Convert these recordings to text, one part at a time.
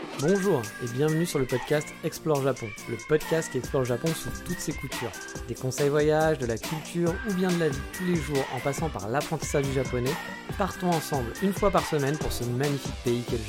Bonjour et bienvenue sur le podcast Explore Japon, le podcast qui explore le Japon sous toutes ses coutures. Des conseils voyage, de la culture ou bien de la vie tous les jours en passant par l'apprentissage du japonais, partons ensemble une fois par semaine pour ce magnifique pays qu'est le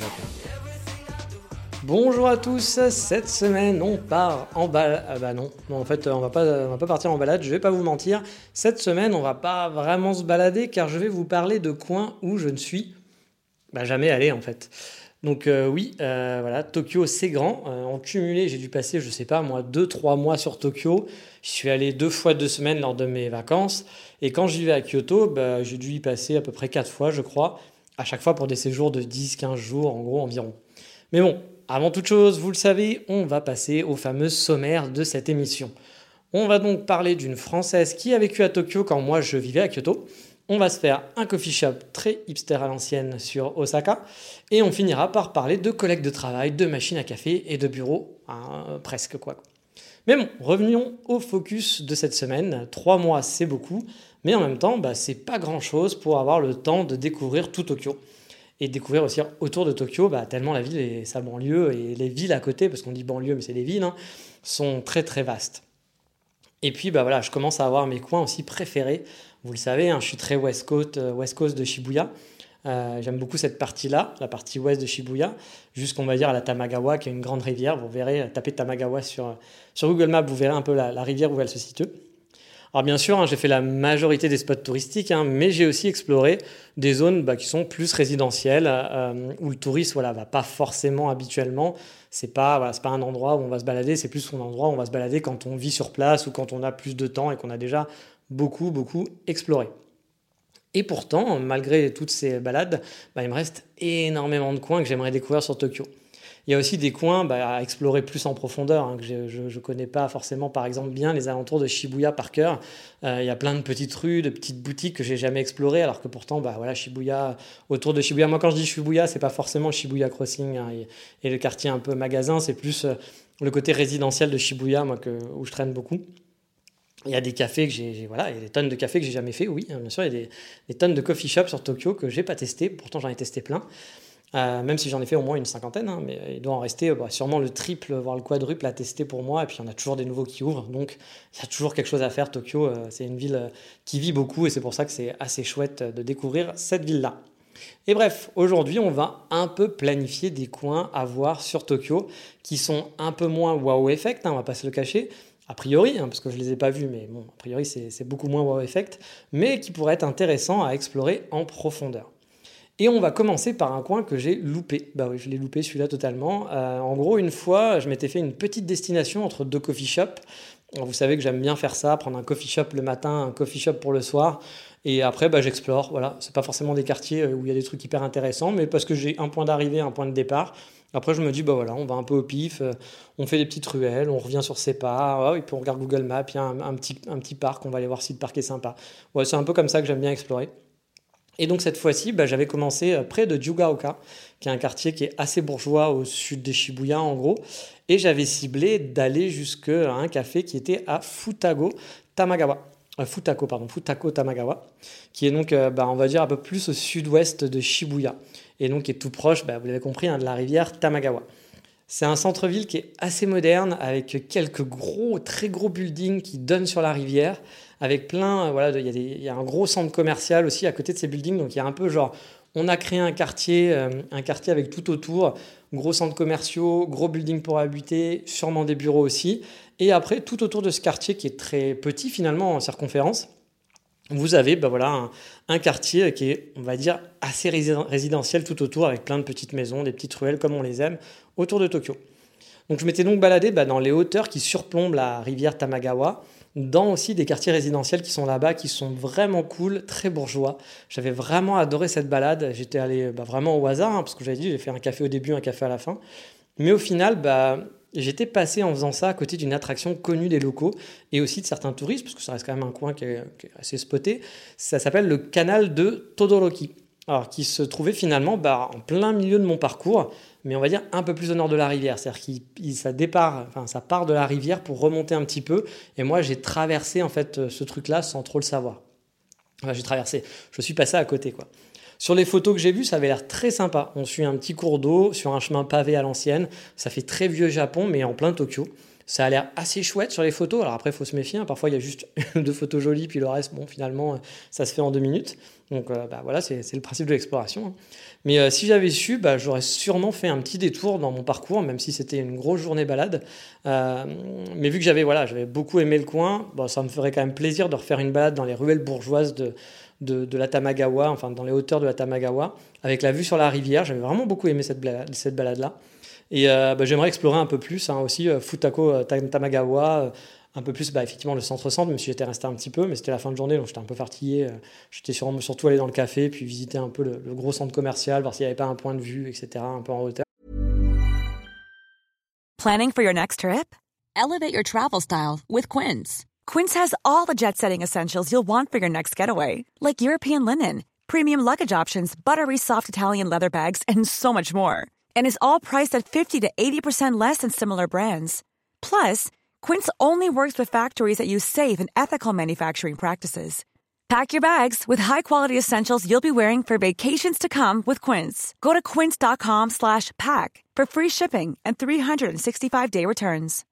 Japon. Bonjour à tous, cette semaine on part en balade. En fait on va pas partir en balade, je vais pas vous mentir. Cette semaine on va pas vraiment se balader car je vais vous parler de coins où je ne suis jamais allé en fait. Donc voilà, Tokyo c'est grand. En cumulé, j'ai dû passer, je sais pas moi, 2-3 mois sur Tokyo. Je suis allé 2 fois 2 semaines lors de mes vacances. Et quand j'y vais à Kyoto, j'ai dû y passer à peu près 4 fois, je crois. À chaque fois pour des séjours de 10-15 jours, en gros, environ. Mais bon, avant toute chose, vous le savez, on va passer au fameux sommaire de cette émission. On va donc parler d'une Française qui a vécu à Tokyo quand moi je vivais à Kyoto. On va se faire un coffee shop très hipster à l'ancienne sur Osaka. Et on finira par parler de collègues de travail, de machines à café et de bureaux. Presque quoi. Mais bon, revenons au focus de cette semaine. 3 mois, c'est beaucoup. Mais en même temps, c'est pas grand-chose pour avoir le temps de découvrir tout Tokyo. Et découvrir aussi autour de Tokyo, tellement la ville et sa banlieue et les villes à côté, parce qu'on dit banlieue mais c'est des villes, sont très très vastes. Et puis voilà, je commence à avoir mes coins aussi préférés. Vous le savez, je suis très West Coast de Shibuya. J'aime beaucoup cette partie-là, la partie ouest de Shibuya, jusqu'on va dire à la Tamagawa, qui est une grande rivière. Vous verrez, tapez Tamagawa sur Google Maps, vous verrez un peu la rivière où elle se situe. Alors bien sûr, j'ai fait la majorité des spots touristiques, mais j'ai aussi exploré des zones qui sont plus résidentielles, où le touriste va pas forcément habituellement. C'est pas un endroit où on va se balader, c'est plus un endroit où on va se balader quand on vit sur place ou quand on a plus de temps et qu'on a déjà beaucoup exploré. Et pourtant, malgré toutes ces balades, il me reste énormément de coins que j'aimerais découvrir sur Tokyo. Il y a aussi des coins à explorer plus en profondeur, que je ne connais pas forcément, par exemple, bien les alentours de Shibuya par cœur. Il y a plein de petites rues, de petites boutiques que j'ai jamais explorées, alors que pourtant, Shibuya, autour de Shibuya, moi quand je dis Shibuya, c'est pas forcément Shibuya Crossing et le quartier un peu magasin, c'est plus le côté résidentiel de Shibuya, où je traîne beaucoup. Il y a des cafés il y a des tonnes de cafés que j'ai jamais fait, oui, bien sûr, il y a des tonnes de coffee shops sur Tokyo que j'ai pas testé, pourtant j'en ai testé plein. Même si j'en ai fait au moins une cinquantaine, mais il doit en rester sûrement le triple, voire le quadruple à tester pour moi. Et puis il y en a toujours des nouveaux qui ouvrent, donc il y a toujours quelque chose à faire. Tokyo, c'est une ville qui vit beaucoup et c'est pour ça que c'est assez chouette de découvrir cette ville-là. Et bref, aujourd'hui, on va un peu planifier des coins à voir sur Tokyo qui sont un peu moins wow effect, on va pas se le cacher. A priori, parce que je les ai pas vus, mais bon, a priori c'est beaucoup moins wow effect, mais qui pourraient être intéressants à explorer en profondeur. Et on va commencer par un coin que j'ai loupé. Oui, je l'ai loupé celui-là totalement. En gros, une fois, je m'étais fait une petite destination entre 2 coffee shops. Alors, vous savez que j'aime bien faire ça, prendre un coffee shop le matin, un coffee shop pour le soir. Et après, j'explore. Voilà, c'est pas forcément des quartiers où il y a des trucs hyper intéressants, mais parce que j'ai un point d'arrivée, un point de départ. Après, je me dis, on va un peu au pif, on fait des petites ruelles, on revient sur ses pas, et puis on regarde Google Maps, il y a un petit parc, on va aller voir si le parc est sympa. Ouais, c'est un peu comme ça que j'aime bien explorer. Et donc cette fois-ci, j'avais commencé près de Jugaoka, qui est un quartier qui est assez bourgeois au sud de Shibuya en gros. Et j'avais ciblé d'aller jusqu'à un café qui était à Futako Tamagawa, qui est donc, on va dire, un peu plus au sud-ouest de Shibuya. Et donc qui est tout proche, vous l'avez compris, de la rivière Tamagawa. C'est un centre-ville qui est assez moderne, avec quelques très gros buildings qui donnent sur la rivière, avec plein, il y a un gros centre commercial aussi à côté de ces buildings, donc il y a un peu on a créé un quartier avec tout autour, gros centres commerciaux, gros buildings pour habiter, sûrement des bureaux aussi, et après tout autour de ce quartier qui est très petit finalement en circonférence, vous avez un quartier qui est, on va dire, assez résidentiel tout autour, avec plein de petites maisons, des petites ruelles comme on les aime, autour de Tokyo. Donc je m'étais donc baladé dans les hauteurs qui surplombent la rivière Tamagawa, dans aussi des quartiers résidentiels qui sont là-bas, qui sont vraiment cool, très bourgeois. J'avais vraiment adoré cette balade. J'étais allé vraiment au hasard, parce que j'avais dit, j'ai fait un café au début, un café à la fin. Mais au final, j'étais passé en faisant ça à côté d'une attraction connue des locaux et aussi de certains touristes, parce que ça reste quand même un coin qui est assez spoté. Ça s'appelle le canal de Todoroki, alors qui se trouvait finalement en plein milieu de mon parcours, mais on va dire un peu plus au nord de la rivière. C'est-à-dire que ça part de la rivière pour remonter un petit peu. Et moi, j'ai traversé en fait ce truc-là sans trop le savoir. J'ai traversé, je suis passé à côté, quoi. Sur les photos que j'ai vues, ça avait l'air très sympa. On suit un petit cours d'eau sur un chemin pavé à l'ancienne. Ça fait très vieux Japon, mais en plein Tokyo. Ça a l'air assez chouette sur les photos. Alors après, il faut se méfier. Parfois, il y a juste 2 photos jolies, puis le reste, bon, finalement, ça se fait en 2 minutes. Donc voilà, c'est le principe de l'exploration. Mais si j'avais su, j'aurais sûrement fait un petit détour dans mon parcours, même si c'était une grosse journée balade. Mais vu que j'avais beaucoup aimé le coin, ça me ferait quand même plaisir de refaire une balade dans les ruelles bourgeoises de la Tamagawa, enfin dans les hauteurs de la Tamagawa, avec la vue sur la rivière. J'avais vraiment beaucoup aimé cette balade-là. Et j'aimerais explorer un peu plus aussi Futako Tamagawa, un peu plus effectivement le centre-centre, même si j'étais resté un petit peu, mais c'était la fin de journée, donc j'étais un peu fatigué. J'étais surtout allé dans le café, puis visiter un peu le gros centre commercial, voir s'il n'y avait pas un point de vue, etc., un peu en hauteur. Planning for your next trip? Elevate your travel style with Quince. Quince has all the jet-setting essentials you'll want for your next getaway, like European linen, premium luggage options, buttery soft Italian leather bags, and so much more. And is all priced at 50 to 80% less than similar brands. Plus, Quince only works with factories that use safe and ethical manufacturing practices. Pack your bags with high-quality essentials you'll be wearing for vacations to come with Quince. Go to quince.com/pack for free shipping and 365-day returns.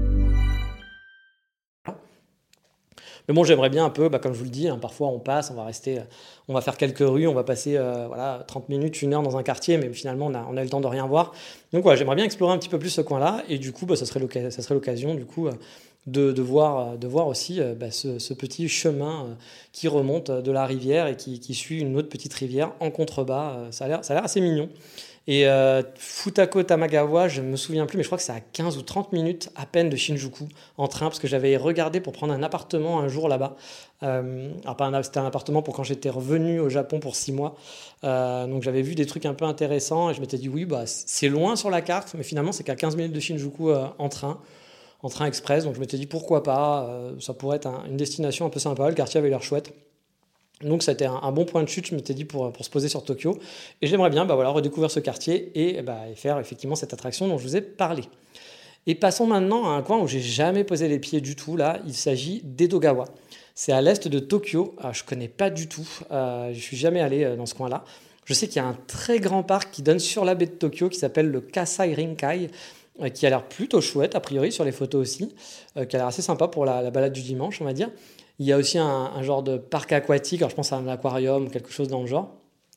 Mais bon, j'aimerais bien un peu, comme je vous le dis, parfois on passe, on va faire quelques rues, on va passer 30 minutes, 1 heure dans un quartier, mais finalement on a le temps de rien voir. Donc voilà, j'aimerais bien explorer un petit peu plus ce coin-là, et du coup, ça serait l'occasion du coup de voir aussi ce petit chemin qui remonte de la rivière et qui suit une autre petite rivière en contrebas. Ça a l'air assez mignon. Et Futako Tamagawa, je ne me souviens plus, mais je crois que c'est à 15 ou 30 minutes à peine de Shinjuku en train, parce que j'avais regardé pour prendre un appartement un jour là-bas. C'était un appartement pour quand j'étais revenu au Japon pour 6 mois. Donc j'avais vu des trucs un peu intéressants et je m'étais dit oui, c'est loin sur la carte, mais finalement c'est qu'à 15 minutes de Shinjuku en train express. Donc je m'étais dit pourquoi pas, ça pourrait être une destination un peu sympa, le quartier avait l'air chouette. Donc c'était un bon point de chute, je m'étais dit, pour se poser sur Tokyo. Et j'aimerais bien redécouvrir ce quartier et faire effectivement cette attraction dont je vous ai parlé. Et passons maintenant à un coin où j'ai jamais posé les pieds du tout. Là, il s'agit d'Edogawa. C'est à l'est de Tokyo. Je connais pas du tout. Je suis jamais allé dans ce coin-là. Je sais qu'il y a un très grand parc qui donne sur la baie de Tokyo qui s'appelle le Kasai Rinkai, qui a l'air plutôt chouette, a priori, sur les photos aussi, qui a l'air assez sympa pour la balade du dimanche, on va dire. Il y a aussi un genre de parc aquatique, alors je pense à un aquarium ou quelque chose dans le genre.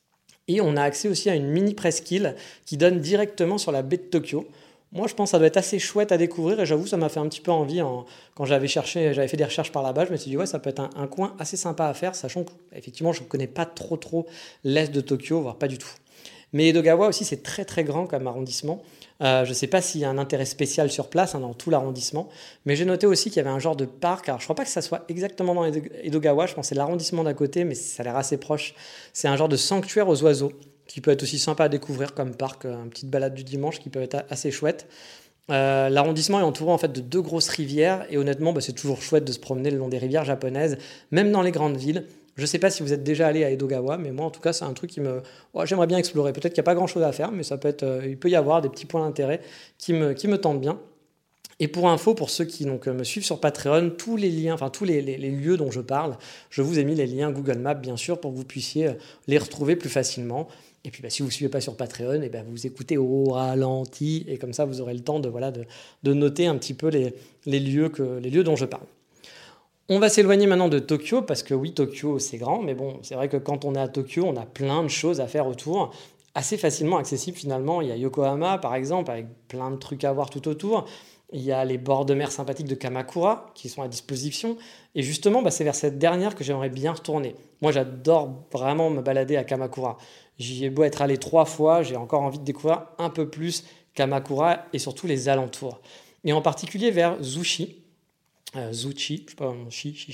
Et on a accès aussi à une mini presqu'île qui donne directement sur la baie de Tokyo. Moi, je pense que ça doit être assez chouette à découvrir et j'avoue, ça m'a fait un petit peu envie. Quand j'avais fait des recherches par là-bas, je me suis dit, ouais, ça peut être un coin assez sympa à faire, sachant qu'effectivement, je ne connais pas trop l'est de Tokyo, voire pas du tout. Mais Edogawa aussi, c'est très très grand comme arrondissement. Je ne sais pas s'il y a un intérêt spécial sur place dans tout l'arrondissement, mais j'ai noté aussi qu'il y avait un genre de parc. Alors je ne crois pas que ça soit exactement dans Edogawa, je pense que c'est l'arrondissement d'à côté, mais ça a l'air assez proche. C'est un genre de sanctuaire aux oiseaux qui peut être aussi sympa à découvrir comme parc, une petite balade du dimanche qui peut être assez chouette. L'arrondissement est entouré en fait de 2 grosses rivières et honnêtement c'est toujours chouette de se promener le long des rivières japonaises, même dans les grandes villes. Je ne sais pas si vous êtes déjà allé à Edogawa, mais moi en tout cas c'est un truc j'aimerais bien explorer. Peut-être qu'il n'y a pas grand chose à faire, mais il peut y avoir des petits points d'intérêt qui me tentent bien. Et pour info, pour ceux qui me suivent sur Patreon, tous les liens, tous les lieux dont je parle, je vous ai mis les liens Google Maps bien sûr pour que vous puissiez les retrouver plus facilement. Et puis si vous ne suivez pas sur Patreon, vous écoutez au ralenti et comme ça vous aurez le temps de noter un petit peu les lieux dont je parle. On va s'éloigner maintenant de Tokyo parce que oui, Tokyo c'est grand, mais bon, c'est vrai que quand on est à Tokyo, on a plein de choses à faire autour, assez facilement accessibles finalement. Il y a Yokohama par exemple, avec plein de trucs à voir tout autour. Il y a les bords de mer sympathiques de Kamakura qui sont à disposition. Et justement, c'est vers cette dernière que j'aimerais bien retourner. Moi, j'adore vraiment me balader à Kamakura. J'y ai beau être allé 3 fois, j'ai encore envie de découvrir un peu plus Kamakura et surtout les alentours. Et en particulier vers Zushi, Zushi, je sais pas,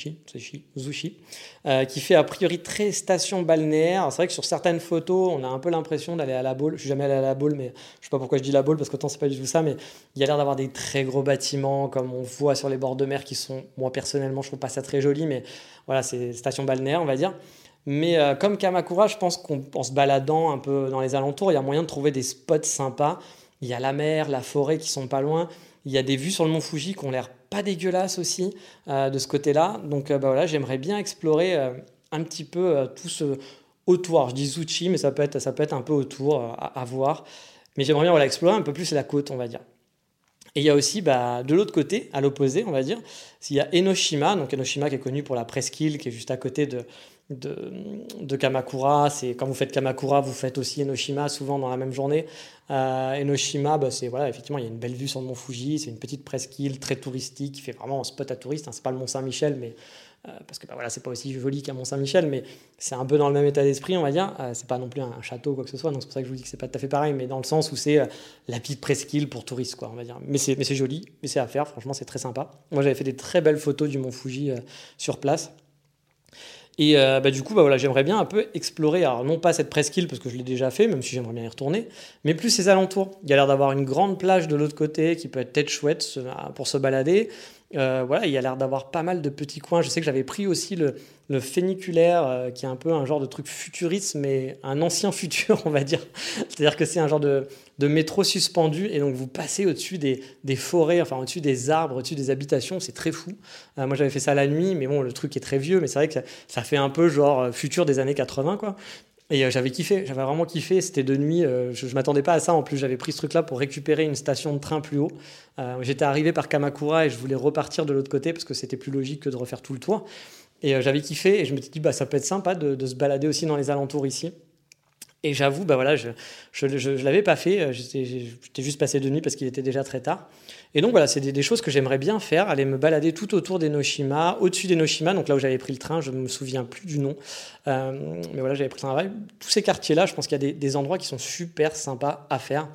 Zushi, qui fait a priori très station balnéaire. Alors, c'est vrai que sur certaines photos, on a un peu l'impression d'aller à la Baule. Je suis jamais allé à la Baule, mais je sais pas pourquoi je dis la Baule, parce qu'autant c'est pas du tout ça, mais il y a l'air d'avoir des très gros bâtiments, comme on voit sur les bords de mer, qui sont, moi personnellement, je trouve pas ça très joli, mais voilà, c'est station balnéaire, on va dire. Mais comme Kamakura, je pense qu'en se baladant un peu dans les alentours, il y a moyen de trouver des spots sympas. Il y a la mer, la forêt qui sont pas loin. Il y a des vues sur le mont Fuji qui ont l'air pas dégueulasses aussi de ce côté-là. Donc j'aimerais bien explorer un petit peu tout ce autour. Alors, je dis Zuchi, mais ça peut être un peu autour à voir. Mais j'aimerais bien explorer un peu plus la côte, on va dire. Et il y a aussi, de l'autre côté, à l'opposé, on va dire, il y a Enoshima. Donc Enoshima qui est connu pour la presqu'île, qui est juste à côté de Kamakura. C'est, quand vous faites Kamakura, vous faites aussi Enoshima, souvent dans la même journée. Enoshima, effectivement, il y a une belle vue sur le mont Fuji. C'est une petite presqu'île très touristique, qui fait vraiment un spot à touristes. Hein. C'est pas le mont Saint-Michel, mais parce que c'est pas aussi joli qu'un Mont-Saint-Michel, mais c'est un peu dans le même état d'esprit, on va dire. C'est pas non plus un château ou quoi que ce soit, donc c'est pour ça que je vous dis que c'est pas tout à fait pareil, mais dans le sens où c'est la petite presqu'île pour touristes, quoi, on va dire. Mais c'est joli, mais c'est à faire, franchement, c'est très sympa. Moi, j'avais fait des très belles photos du mont Fuji sur place. Et du coup, j'aimerais bien un peu explorer, alors non pas cette presqu'île parce que je l'ai déjà fait, même si j'aimerais bien y retourner, mais plus ses alentours. Il y a l'air d'avoir une grande plage de l'autre côté qui peut être chouette pour se balader. Il y a l'air d'avoir pas mal de petits coins. Je sais que j'avais pris aussi le funiculaire, qui est un peu un genre de truc futuriste, mais un ancien futur, on va dire. C'est-à-dire que c'est un genre de métro suspendu, et donc vous passez au-dessus des forêts, enfin au-dessus des arbres, au-dessus des habitations, c'est très fou. Moi j'avais fait ça la nuit, mais bon, le truc est très vieux, mais c'est vrai que ça fait un peu genre futur des années 80, quoi. Et j'avais vraiment kiffé, c'était de nuit, je m'attendais pas à ça, en plus j'avais pris ce truc là pour récupérer une station de train plus haut. J'étais arrivé par Kamakura et je voulais repartir de l'autre côté parce que c'était plus logique que de refaire tout le tour. Et j'avais kiffé et je me suis dit ça peut être sympa de se balader aussi dans les alentours ici. Et j'avoue, je l'avais pas fait, j'étais juste passé de nuit parce qu'il était déjà très tard. Et donc c'est des choses que j'aimerais bien faire, aller me balader tout autour d'Enoshima, au-dessus d'Enoshima, donc là où j'avais pris le train, je ne me souviens plus du nom. Mais j'avais pris le train. Tous ces quartiers-là, je pense qu'il y a des endroits qui sont super sympas à faire.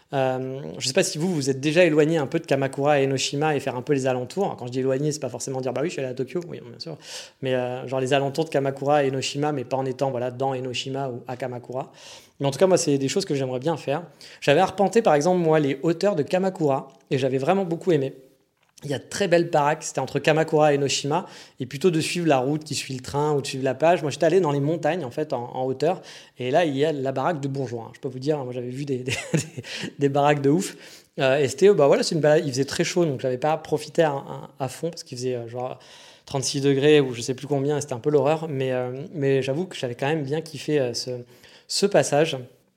Je ne sais pas si vous êtes déjà éloigné un peu de Kamakura et Enoshima et faire un peu les alentours. Quand je dis éloigné, c'est pas forcément dire oui, je suis allé à Tokyo, oui, bien sûr, mais genre les alentours de Kamakura et Enoshima, mais pas en étant dans Enoshima ou à Kamakura. Mais en tout cas, moi, c'est des choses que j'aimerais bien faire. J'avais arpenté, par exemple, moi, les hauteurs de Kamakura et j'avais vraiment beaucoup aimé. Il y a de très belles baraques, c'était entre Kamakura et Enoshima, et plutôt de suivre la route qui suit le train ou de suivre la plage. Moi, j'étais allé dans les montagnes, en fait, en hauteur, et là, il y a la baraque de bourgeois. Hein. Je peux vous dire, moi, j'avais vu des baraques de ouf, et c'était, c'est une balade, il faisait très chaud, donc je n'avais pas profité à fond, parce qu'il faisait genre 36 degrés, ou je ne sais plus combien, et c'était un peu l'horreur, mais j'avoue que j'avais quand même bien kiffé ce passage.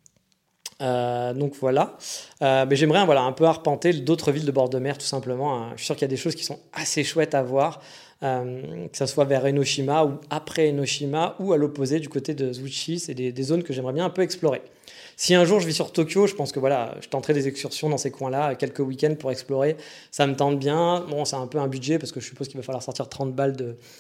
Donc voilà, mais j'aimerais un peu arpenter d'autres villes de bord de mer tout simplement. Je suis sûr qu'il y a des choses qui sont assez chouettes à voir, que ce soit vers Enoshima ou après Enoshima ou à l'opposé du côté de Zuchi. C'est des zones que j'aimerais bien un peu explorer. Si un jour je vis sur Tokyo, je pense que je tenterai des excursions dans ces coins-là, quelques week-ends pour explorer. Ça me tente bien. Bon, c'est un peu un budget parce que je suppose qu'il va falloir sortir 30 balles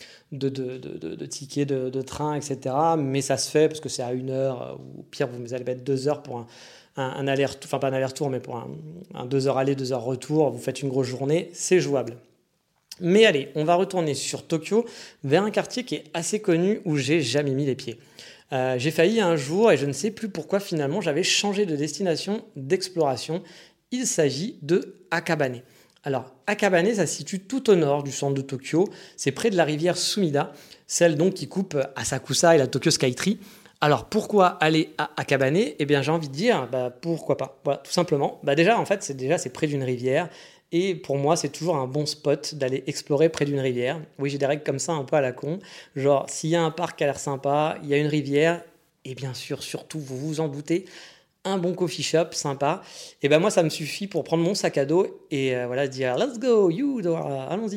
de tickets de train, etc. Mais ça se fait parce que c'est à 1 heure, ou au pire, vous allez mettre 2 heures pour un aller-retour, enfin pas un aller-retour, mais pour un 2 heures aller, 2 heures retour. Vous faites une grosse journée, c'est jouable. Mais allez, on va retourner sur Tokyo, vers un quartier qui est assez connu où j'ai jamais mis les pieds. J'ai failli un jour, et je ne sais plus pourquoi finalement, j'avais changé de destination d'exploration. Il s'agit de Akabane. Alors, Akabane, ça se situe tout au nord du centre de Tokyo. C'est près de la rivière Sumida, celle donc qui coupe Asakusa et la Tokyo Skytree. Alors, pourquoi aller à Akabane ? Eh bien, j'ai envie de dire, pourquoi pas ? Voilà, tout simplement. Déjà, en fait, c'est près d'une rivière. Et pour moi, c'est toujours un bon spot d'aller explorer près d'une rivière. Oui, j'ai des règles comme ça, un peu à la con. Genre, s'il y a un parc qui a l'air sympa, il y a une rivière, et bien sûr, surtout, vous vous en doutez, un bon coffee shop sympa. Et moi, ça me suffit pour prendre mon sac à dos et dire « Let's go, allons-y ».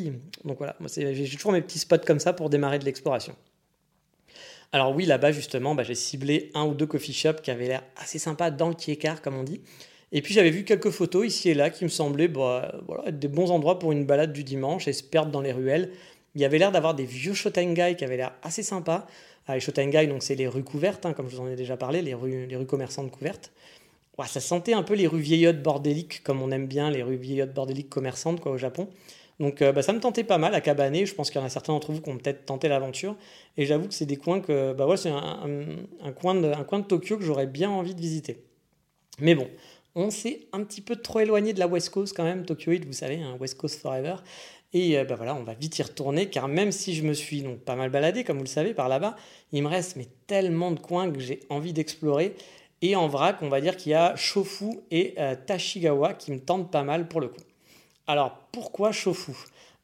Donc voilà, moi, j'ai toujours mes petits spots comme ça pour démarrer de l'exploration. Alors oui, là-bas, justement, j'ai ciblé 1 ou 2 coffee shops qui avaient l'air assez sympas dans le Kiekar, comme on dit. Et puis j'avais vu quelques photos ici et là qui me semblaient être des bons endroits pour une balade du dimanche et se perdre dans les ruelles. Il y avait l'air d'avoir des vieux shotengai qui avaient l'air assez sympas. Les shotengai, donc c'est les rues couvertes, comme je vous en ai déjà parlé, les rues commerçantes couvertes. Ça sentait un peu les rues vieillottes bordéliques, comme on aime bien les rues vieillottes bordéliques commerçantes au Japon. Donc ça me tentait pas mal à Akabane. Je pense qu'il y en a certains d'entre vous qui ont peut-être tenté l'aventure. Et j'avoue que c'est des coins que c'est un coin de Tokyo que j'aurais bien envie de visiter. Mais bon, on s'est un petit peu trop éloigné de la West Coast quand même, Tokyoid, vous savez, West Coast Forever. Et on va vite y retourner, car même si je me suis donc pas mal baladé, comme vous le savez, par là-bas, il me reste tellement de coins que j'ai envie d'explorer. Et en vrac, on va dire qu'il y a Shofu et Tashigawa qui me tentent pas mal pour le coup. Alors, pourquoi Shofu ?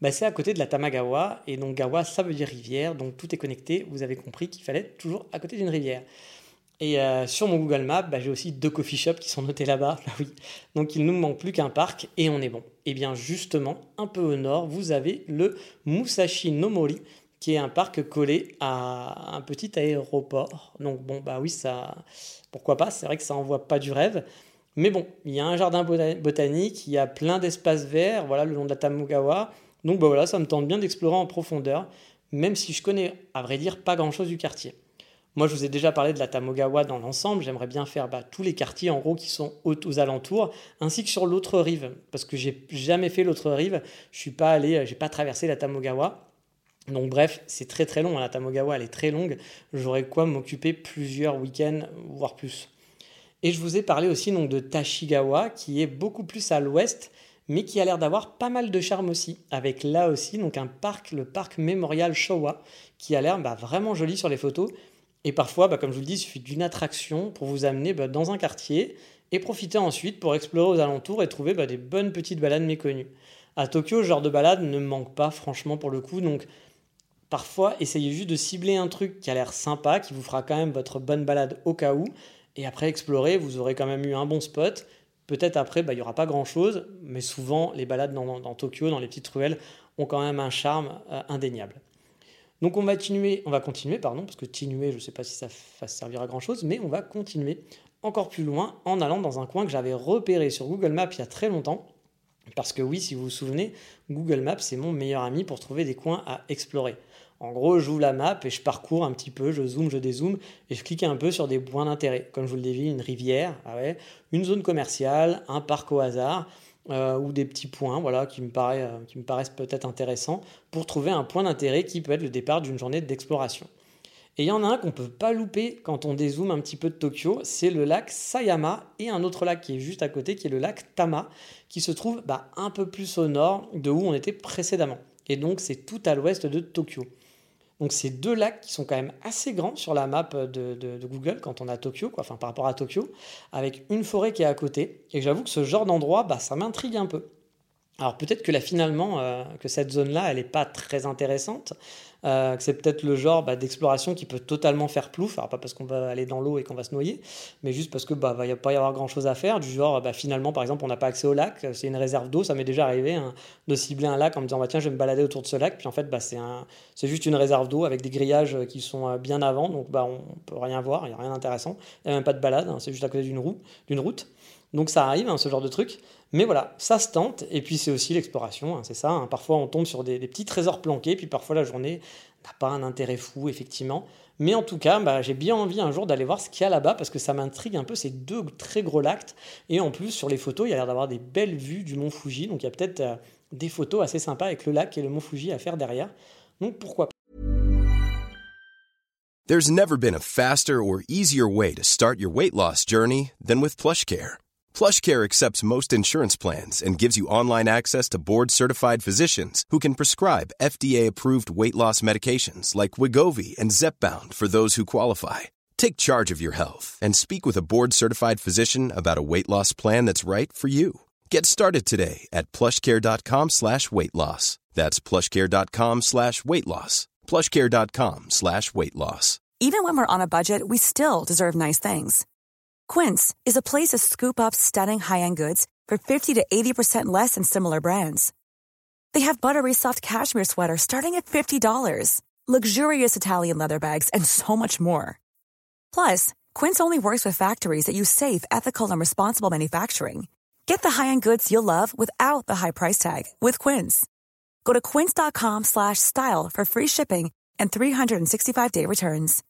C'est à côté de la Tamagawa, et donc Gawa, ça veut dire rivière, donc tout est connecté. Vous avez compris qu'il fallait être toujours à côté d'une rivière. Et sur mon Google Maps, j'ai aussi 2 coffee shops qui sont notés là-bas. Oui. Donc il ne nous manque plus qu'un parc et on est bon. Et bien justement, un peu au nord, vous avez le Musashi no Mori, qui est un parc collé à un petit aéroport. Donc oui, ça, pourquoi pas, c'est vrai que ça envoie pas du rêve. Mais bon, il y a un jardin botanique, il y a plein d'espaces verts, voilà, le long de la Tamagawa. Donc voilà, ça me tente bien d'explorer en profondeur, même si je connais, à vrai dire, pas grand-chose du quartier. Moi, je vous ai déjà parlé de la Tamagawa dans l'ensemble. J'aimerais bien faire tous les quartiers en gros qui sont aux alentours, ainsi que sur l'autre rive, parce que j'ai jamais fait l'autre rive. Je suis pas allé, j'ai pas traversé la Tamagawa. Donc bref, c'est très très long. La Tamagawa, elle est très longue. J'aurais quoi m'occuper plusieurs week-ends, voire plus. Et je vous ai parlé aussi donc de Tashigawa, qui est beaucoup plus à l'ouest, mais qui a l'air d'avoir pas mal de charme aussi, avec là aussi donc un parc, le parc mémorial Showa, qui a l'air vraiment joli sur les photos. Et parfois, comme je vous le dis, il suffit d'une attraction pour vous amener dans un quartier et profiter ensuite pour explorer aux alentours et trouver des bonnes petites balades méconnues. À Tokyo, ce genre de balade ne manque pas franchement pour le coup, donc parfois essayez juste de cibler un truc qui a l'air sympa, qui vous fera quand même votre bonne balade au cas où, et après explorer, vous aurez quand même eu un bon spot. Peut-être après, il n'y aura pas grand-chose, mais souvent les balades dans Tokyo, dans les petites ruelles, ont quand même un charme indéniable. Donc on va continuer, parce que continuer, je ne sais pas si ça servira à grand chose, mais on va continuer encore plus loin en allant dans un coin que j'avais repéré sur Google Maps il y a très longtemps. Parce que oui, si vous vous souvenez, Google Maps, c'est mon meilleur ami pour trouver des coins à explorer. En gros, j'ouvre la map et je parcours un petit peu, je zoome, je dézoome, et je clique un peu sur des points d'intérêt. Comme je vous l'ai dit, une rivière, une zone commerciale, un parc au hasard, ou des petits points qui me paraissent peut-être intéressants pour trouver un point d'intérêt qui peut être le départ d'une journée d'exploration. Et il y en a un qu'on ne peut pas louper quand on dézoome un petit peu de Tokyo, c'est le lac Sayama et un autre lac qui est juste à côté, qui est le lac Tama, qui se trouve un peu plus au nord de où on était précédemment. Et donc c'est tout à l'ouest de Tokyo. Donc c'est 2 lacs qui sont quand même assez grands sur la map de Google quand on est à Tokyo, par rapport à Tokyo, avec une forêt qui est à côté. Et j'avoue que ce genre d'endroit, ça m'intrigue un peu. Alors peut-être que là finalement, que cette zone-là, elle n'est pas très intéressante, que c'est peut-être le genre d'exploration qui peut totalement faire plouf, alors pas parce qu'on va aller dans l'eau et qu'on va se noyer, mais juste parce que va pas y avoir grand-chose à faire, du genre finalement par exemple on n'a pas accès au lac, c'est une réserve d'eau, ça m'est déjà arrivé de cibler un lac en me disant tiens je vais me balader autour de ce lac, puis en fait c'est juste une réserve d'eau avec des grillages qui sont bien avant, donc on peut rien voir, il n'y a rien d'intéressant, il n'y a même pas de balade, c'est juste à côté d'une route. Donc ça arrive, ce genre de truc. Mais voilà, ça se tente. Et puis c'est aussi l'exploration, c'est ça. Parfois on tombe sur des petits trésors planqués. Puis parfois la journée n'a pas un intérêt fou, effectivement. Mais en tout cas, j'ai bien envie un jour d'aller voir ce qu'il y a là-bas. Parce que ça m'intrigue un peu ces 2 très gros lacs. Et en plus, sur les photos, il y a l'air d'avoir des belles vues du mont Fuji. Donc il y a peut-être des photos assez sympas avec le lac et le mont Fuji à faire derrière. Donc pourquoi pas. There's never been a faster or easier way to start your weight loss journey than with PlushCare. PlushCare accepts most insurance plans and gives you online access to board-certified physicians who can prescribe FDA-approved weight loss medications like Wegovy and Zepbound for those who qualify. Take charge of your health and speak with a board-certified physician about a weight loss plan that's right for you. Get started today at plushcare.com/weightloss. That's plushcare.com/weightloss. plushcare.com/weightloss. Even when we're on a budget, we still deserve nice things. Quince is a place to scoop up stunning high-end goods for 50 to 80% less than similar brands. They have buttery soft cashmere sweaters starting at $50, luxurious Italian leather bags, and so much more. Plus, Quince only works with factories that use safe, ethical, and responsible manufacturing. Get the high-end goods you'll love without the high price tag with Quince. Go to quince.com/style for free shipping and 365-day returns.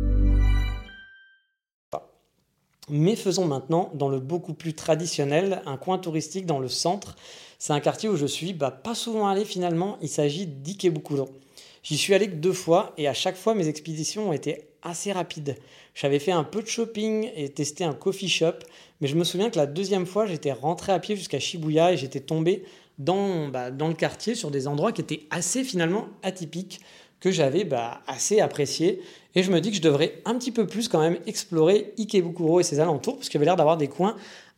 Mais faisons maintenant dans le beaucoup plus traditionnel, un coin touristique dans le centre. C'est un quartier où je suis pas souvent allé finalement, il s'agit d'Ikebukuro. J'y suis allé que 2 fois et à chaque fois mes expéditions ont été assez rapides. J'avais fait un peu de shopping et testé un coffee shop, mais je me souviens que la 2e fois j'étais rentré à pied jusqu'à Shibuya et j'étais tombé dans le quartier sur des endroits qui étaient assez finalement atypiques, que j'avais assez apprécié. Et je me dis que je devrais un petit peu plus quand même explorer Ikebukuro et ses alentours, parce qu'il y avait l'air d'avoir des coins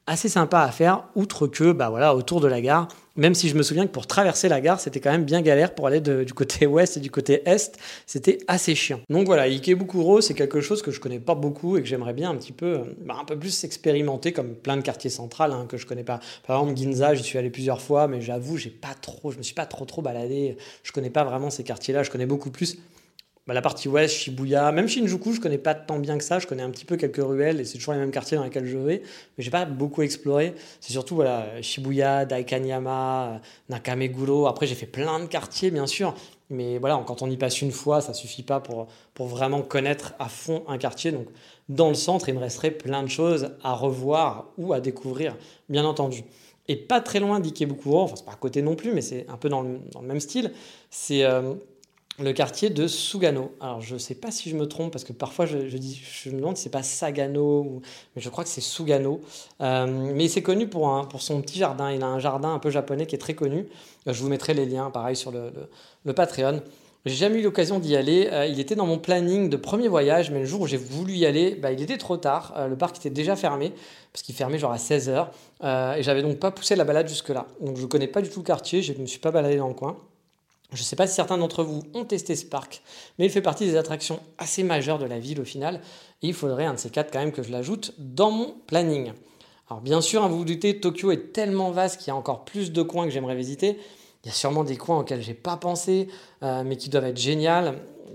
assez sympa à faire, outre que autour de la gare, même si je me souviens que pour traverser la gare, c'était quand même bien galère pour aller du côté ouest et du côté est, c'était assez chiant. Donc voilà, Ikebukuro, c'est quelque chose que je connais pas beaucoup et que j'aimerais bien un peu plus expérimenter, comme plein de quartiers centrales que je connais pas. Par exemple, Ginza, j'y suis allé plusieurs fois, mais j'avoue, je me suis pas trop baladé, je connais pas vraiment ces quartiers-là, je connais beaucoup plus la partie ouest, Shibuya, même Shinjuku, je connais pas tant bien que ça, je connais un petit peu quelques ruelles et c'est toujours les mêmes quartiers dans lesquels je vais, mais j'ai pas beaucoup exploré. C'est surtout Shibuya, Daikanyama, Nakameguro. Après, j'ai fait plein de quartiers, bien sûr, mais voilà, quand on y passe une fois, ça suffit pas pour vraiment connaître à fond un quartier. Donc, dans le centre, il me resterait plein de choses à revoir ou à découvrir, bien entendu. Et pas très loin d'Ikebukuro, enfin, c'est pas à côté non plus, mais c'est un peu dans le même style. C'est le quartier de Sugano. Alors, je ne sais pas si je me trompe, parce que parfois, je me demande si ce n'est pas Sagano, mais je crois que c'est Sugano. Mais c'est connu pour son petit jardin. Il a un jardin un peu japonais qui est très connu. Je vous mettrai les liens, pareil, sur le Patreon. J'ai jamais eu l'occasion d'y aller. Il était dans mon planning de premier voyage, mais le jour où j'ai voulu y aller, il était trop tard. Le parc était déjà fermé, parce qu'il fermait genre à 16h. Et j'avais donc pas poussé la balade jusque-là. Donc, je ne connais pas du tout le quartier. Je ne me suis pas baladé dans le coin. Je ne sais pas si certains d'entre vous ont testé ce parc, mais il fait partie des attractions assez majeures de la ville au final. Et il faudrait un de ces quatre quand même que je l'ajoute dans mon planning. Alors bien sûr, vous vous doutez, Tokyo est tellement vaste qu'il y a encore plus de coins que j'aimerais visiter. Il y a sûrement des coins auxquels je n'ai pas pensé, mais qui doivent être géniaux.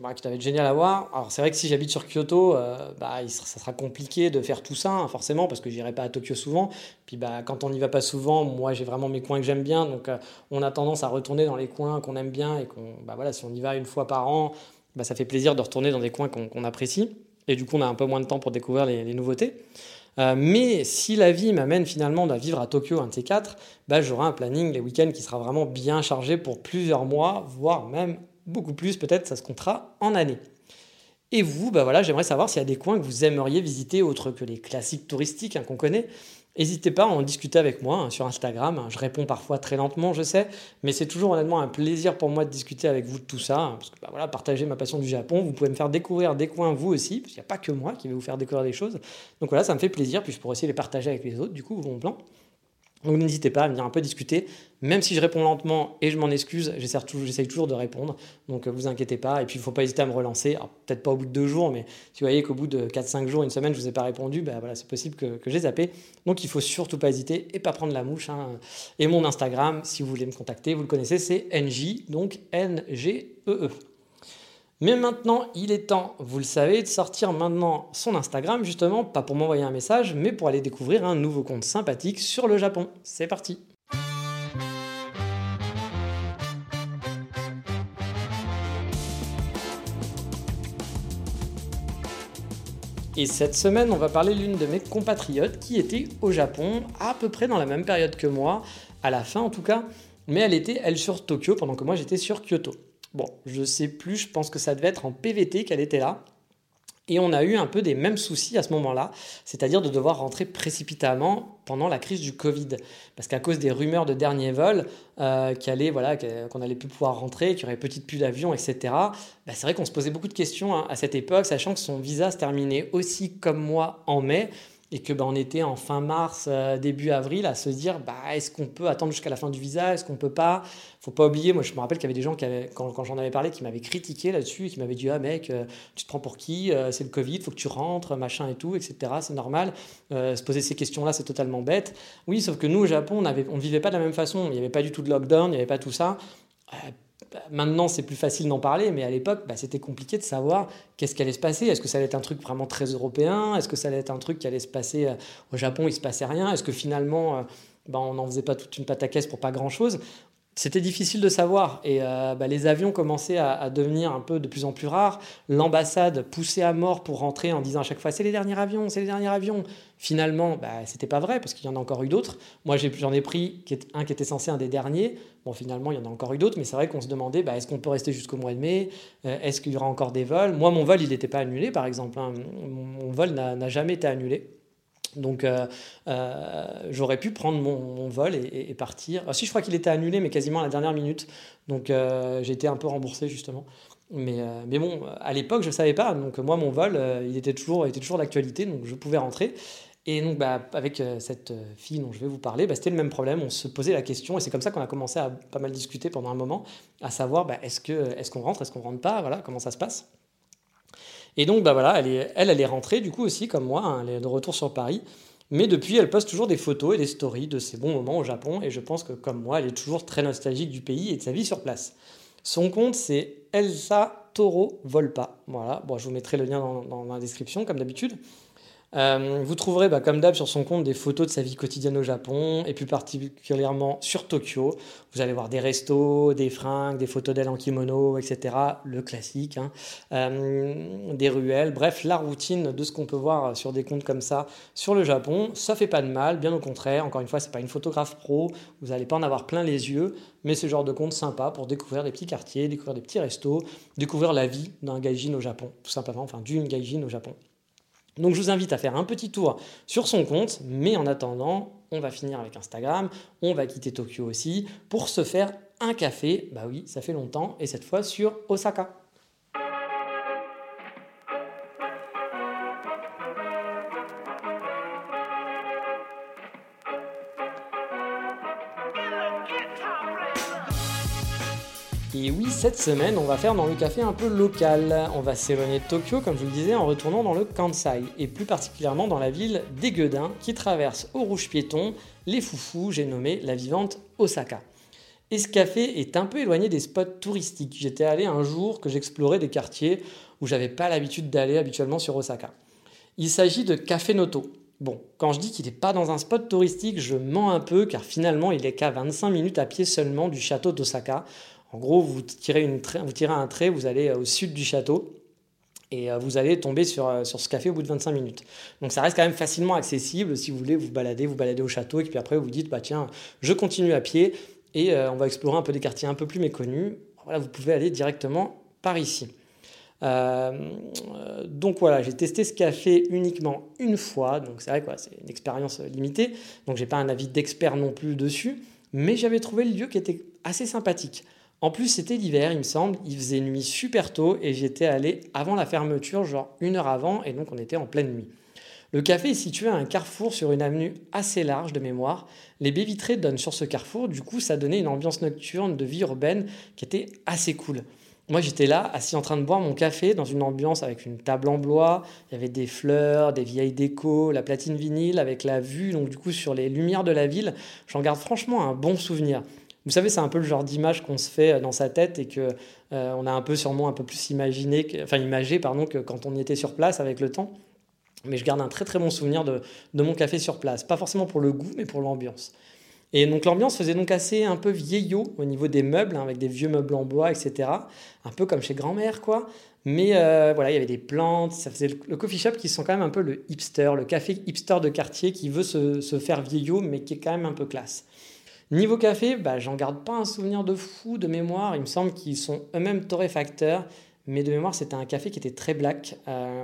À voir. Alors c'est vrai que si j'habite sur Kyoto, ça sera compliqué de faire tout ça, forcément, parce que j'irai pas à Tokyo souvent. Puis quand on n'y va pas souvent, moi j'ai vraiment mes coins que j'aime bien, donc on a tendance à retourner dans les coins qu'on aime bien et si on y va une fois par an, ça fait plaisir de retourner dans des coins qu'on apprécie. Et du coup, on a un peu moins de temps pour découvrir les nouveautés. Mais si la vie m'amène finalement à vivre à Tokyo, un de ces quatre, j'aurai un planning les week-ends qui sera vraiment bien chargé pour plusieurs mois, voire même beaucoup plus, peut-être ça se comptera en années. Et vous, j'aimerais savoir s'il y a des coins que vous aimeriez visiter autres que les classiques touristiques qu'on connaît. N'hésitez pas à en discuter avec moi sur Instagram. Je réponds parfois très lentement, je sais, mais c'est toujours honnêtement un plaisir pour moi de discuter avec vous de tout ça, parce que partager ma passion du Japon, vous pouvez me faire découvrir des coins vous aussi, parce qu'il n'y a pas que moi qui vais vous faire découvrir des choses. Donc ça me fait plaisir, puis je pourrais aussi les partager avec les autres, du coup, vos plans. Donc n'hésitez pas à venir un peu discuter, même si je réponds lentement et je m'en excuse, j'essaye toujours de répondre, donc vous inquiétez pas, et puis il ne faut pas hésiter à me relancer, alors, peut-être pas au bout de 2 jours, mais si vous voyez qu'au bout de 4-5 jours, une semaine, je ne vous ai pas répondu, c'est possible que j'ai zappé, donc il ne faut surtout pas hésiter et pas prendre la mouche. Et mon Instagram, si vous voulez me contacter, vous le connaissez, c'est NJ, donc N-G-E-E. Mais maintenant, il est temps, vous le savez, de sortir maintenant son Instagram, justement, pas pour m'envoyer un message, mais pour aller découvrir un nouveau compte sympathique sur le Japon. C'est parti! Et cette semaine, on va parler de l'une de mes compatriotes qui était au Japon à peu près dans la même période que moi, à la fin en tout cas, mais elle était, elle, sur Tokyo pendant que moi j'étais sur Kyoto. Bon, je sais plus, je pense que ça devait être en PVT qu'elle était là. Et on a eu un peu des mêmes soucis à ce moment-là, c'est-à-dire de devoir rentrer précipitamment pendant la crise du Covid. Parce qu'à cause des rumeurs de dernier vol, qu'on allait plus pouvoir rentrer, qu'il y aurait petite plus d'avion, etc., c'est vrai qu'on se posait beaucoup de questions à cette époque, sachant que son visa se terminait aussi comme moi en mai, et que on était en fin mars, début avril, à se dire est-ce qu'on peut attendre jusqu'à la fin du visa, est-ce qu'on peut pas. Faut pas oublier, moi je me rappelle qu'il y avait des gens quand j'en avais parlé, qui m'avaient critiqué là-dessus et qui m'avaient dit mec, tu te prends pour qui, c'est le Covid, faut que tu rentres, machin et tout, etc. C'est normal, se poser ces questions-là c'est totalement bête. Oui, sauf que nous au Japon on vivait pas de la même façon, il n'y avait pas du tout de lockdown, il n'y avait pas tout ça. Maintenant, c'est plus facile d'en parler, mais à l'époque, c'était compliqué de savoir qu'est-ce qui allait se passer. Est-ce que ça allait être un truc vraiment très européen ? Est-ce que ça allait être un truc qui allait se passer au Japon, il ne se passait rien ? Est-ce que finalement, on n'en faisait pas toute une pataquès pour pas grand-chose ? C'était difficile de savoir et les avions commençaient à devenir un peu de plus en plus rares. L'ambassade poussait à mort pour rentrer en disant à chaque fois c'est les derniers avions, c'est les derniers avions. Finalement, c'était pas vrai parce qu'il y en a encore eu d'autres. Moi, j'en ai pris un qui était censé un des derniers. Bon, finalement, il y en a encore eu d'autres, mais c'est vrai qu'on se demandait est-ce qu'on peut rester jusqu'au mois de mai ? Est-ce qu'il y aura encore des vols ? Moi, mon vol, il n'était pas annulé, par exemple. Mon vol n'a jamais été annulé. Donc j'aurais pu prendre mon vol et partir. Alors, si je crois qu'il était annulé, mais quasiment à la dernière minute. Donc j'ai été un peu remboursé justement. Mais bon, à l'époque, je ne savais pas. Donc moi, mon vol, il était toujours d'actualité, donc je pouvais rentrer. Et donc avec cette fille dont je vais vous parler, c'était le même problème, on se posait la question et c'est comme ça qu'on a commencé à pas mal discuter pendant un moment, à savoir est-ce qu'on rentre, est-ce qu'on rentre pas, voilà, comment ça se passe. Et donc voilà, elle est rentrée du coup aussi comme moi, hein, elle est de retour sur Paris, mais depuis elle poste toujours des photos et des stories de ses bons moments au Japon et je pense que comme moi elle est toujours très nostalgique du pays et de sa vie sur place. Son compte c'est Elsa Toro Volpa, voilà, bon, je vous mettrai le lien dans la description comme d'habitude. Vous trouverez comme d'hab sur son compte des photos de sa vie quotidienne au Japon et plus particulièrement sur Tokyo. Vous allez voir des restos, des fringues, des photos d'elle en kimono, etc. Le classique, hein. Des ruelles, bref, la routine de ce qu'on peut voir sur des comptes comme ça sur le Japon. Ça fait pas de mal, bien au contraire. Encore une fois, c'est pas une photographe pro, vous n'allez pas en avoir plein les yeux, mais c'est le genre de compte sympa pour découvrir des petits quartiers, découvrir des petits restos, découvrir la vie d'un gaijin au Japon, tout simplement, enfin d'une gaijin au Japon. Donc je vous invite à faire un petit tour sur son compte, mais en attendant, on va finir avec Instagram, on va quitter Tokyo aussi, pour se faire un café, bah oui, ça fait longtemps, et cette fois sur Osaka. Et oui, cette semaine, on va faire dans le café un peu local. On va s'éloigner de Tokyo, comme je vous le disais, en retournant dans le Kansai, et plus particulièrement dans la ville d'Eguedin, qui traverse au rouge piéton les foufous, j'ai nommé la vivante Osaka. Et ce café est un peu éloigné des spots touristiques. J'étais allé un jour que j'explorais des quartiers où j'avais pas l'habitude d'aller habituellement sur Osaka. Il s'agit de Café Noto. Bon, quand je dis qu'il n'est pas dans un spot touristique, je mens un peu, car finalement il est qu'à 25 minutes à pied seulement du château d'Osaka. En gros, vous tirez un trait, vous allez au sud du château et vous allez tomber sur ce café au bout de 25 minutes. Donc ça reste quand même facilement accessible si vous voulez vous balader au château et puis après vous vous dites tiens, je continue à pied et on va explorer un peu des quartiers un peu plus méconnus. Voilà, vous pouvez aller directement par ici. Donc voilà, j'ai testé ce café uniquement une fois, donc c'est vrai que c'est une expérience limitée, donc j'ai pas un avis d'expert non plus dessus, mais j'avais trouvé le lieu qui était assez sympathique. En plus, c'était l'hiver, il me semble, il faisait nuit super tôt et j'étais allé avant la fermeture, genre 1 heure avant, et donc on était en pleine nuit. Le café est situé à un carrefour sur une avenue assez large de mémoire. Les baies vitrées donnent sur ce carrefour, du coup ça donnait une ambiance nocturne de vie urbaine qui était assez cool. Moi j'étais là, assis en train de boire mon café dans une ambiance avec une table en bois, il y avait des fleurs, des vieilles décos, la platine vinyle avec la vue donc du coup sur les lumières de la ville. J'en garde franchement un bon souvenir. Vous savez, c'est un peu le genre d'image qu'on se fait dans sa tête et que on a un peu sûrement un peu plus imagé que quand on y était sur place avec le temps. Mais je garde un très très bon souvenir de mon café sur place. Pas forcément pour le goût, mais pour l'ambiance. Et donc l'ambiance faisait donc assez un peu vieillot au niveau des meubles, hein, avec des vieux meubles en bois, etc. Un peu comme chez grand-mère, quoi. Mais voilà, il y avait des plantes. Ça faisait le coffee shop qui sent quand même un peu le hipster, le café hipster de quartier qui veut se faire vieillot, mais qui est quand même un peu classe. Niveau café, j'en garde pas un souvenir de fou de mémoire. Il me semble qu'ils sont eux-mêmes torréfacteurs. Mais de mémoire, c'était un café qui était très black.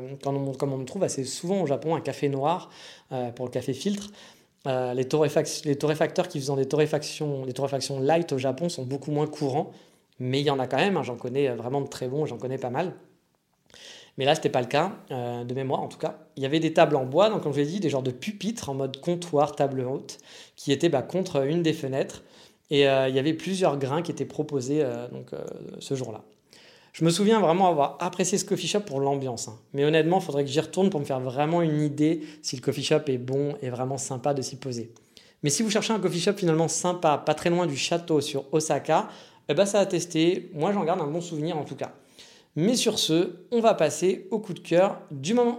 Comme on trouve assez souvent au Japon, un café noir pour le café filtre. Les torréfacteurs qui faisaient des torréfactions light au Japon sont beaucoup moins courants. Mais il y en a quand même, hein, j'en connais vraiment de très bons, j'en connais pas mal. Mais là, ce n'était pas le cas, de mémoire en tout cas. Il y avait des tables en bois, donc comme je l'ai dit, des genres de pupitres en mode comptoir, table haute, qui étaient contre une des fenêtres. Et il y avait plusieurs grains qui étaient proposés ce jour-là. Je me souviens vraiment avoir apprécié ce coffee shop pour l'ambiance. Hein. Mais honnêtement, il faudrait que j'y retourne pour me faire vraiment une idée si le coffee shop est bon et vraiment sympa de s'y poser. Mais si vous cherchez un coffee shop finalement sympa, pas très loin du château sur Osaka, ça a testé. Moi, j'en garde un bon souvenir en tout cas. Mais sur ce, on va passer au coup de cœur du moment.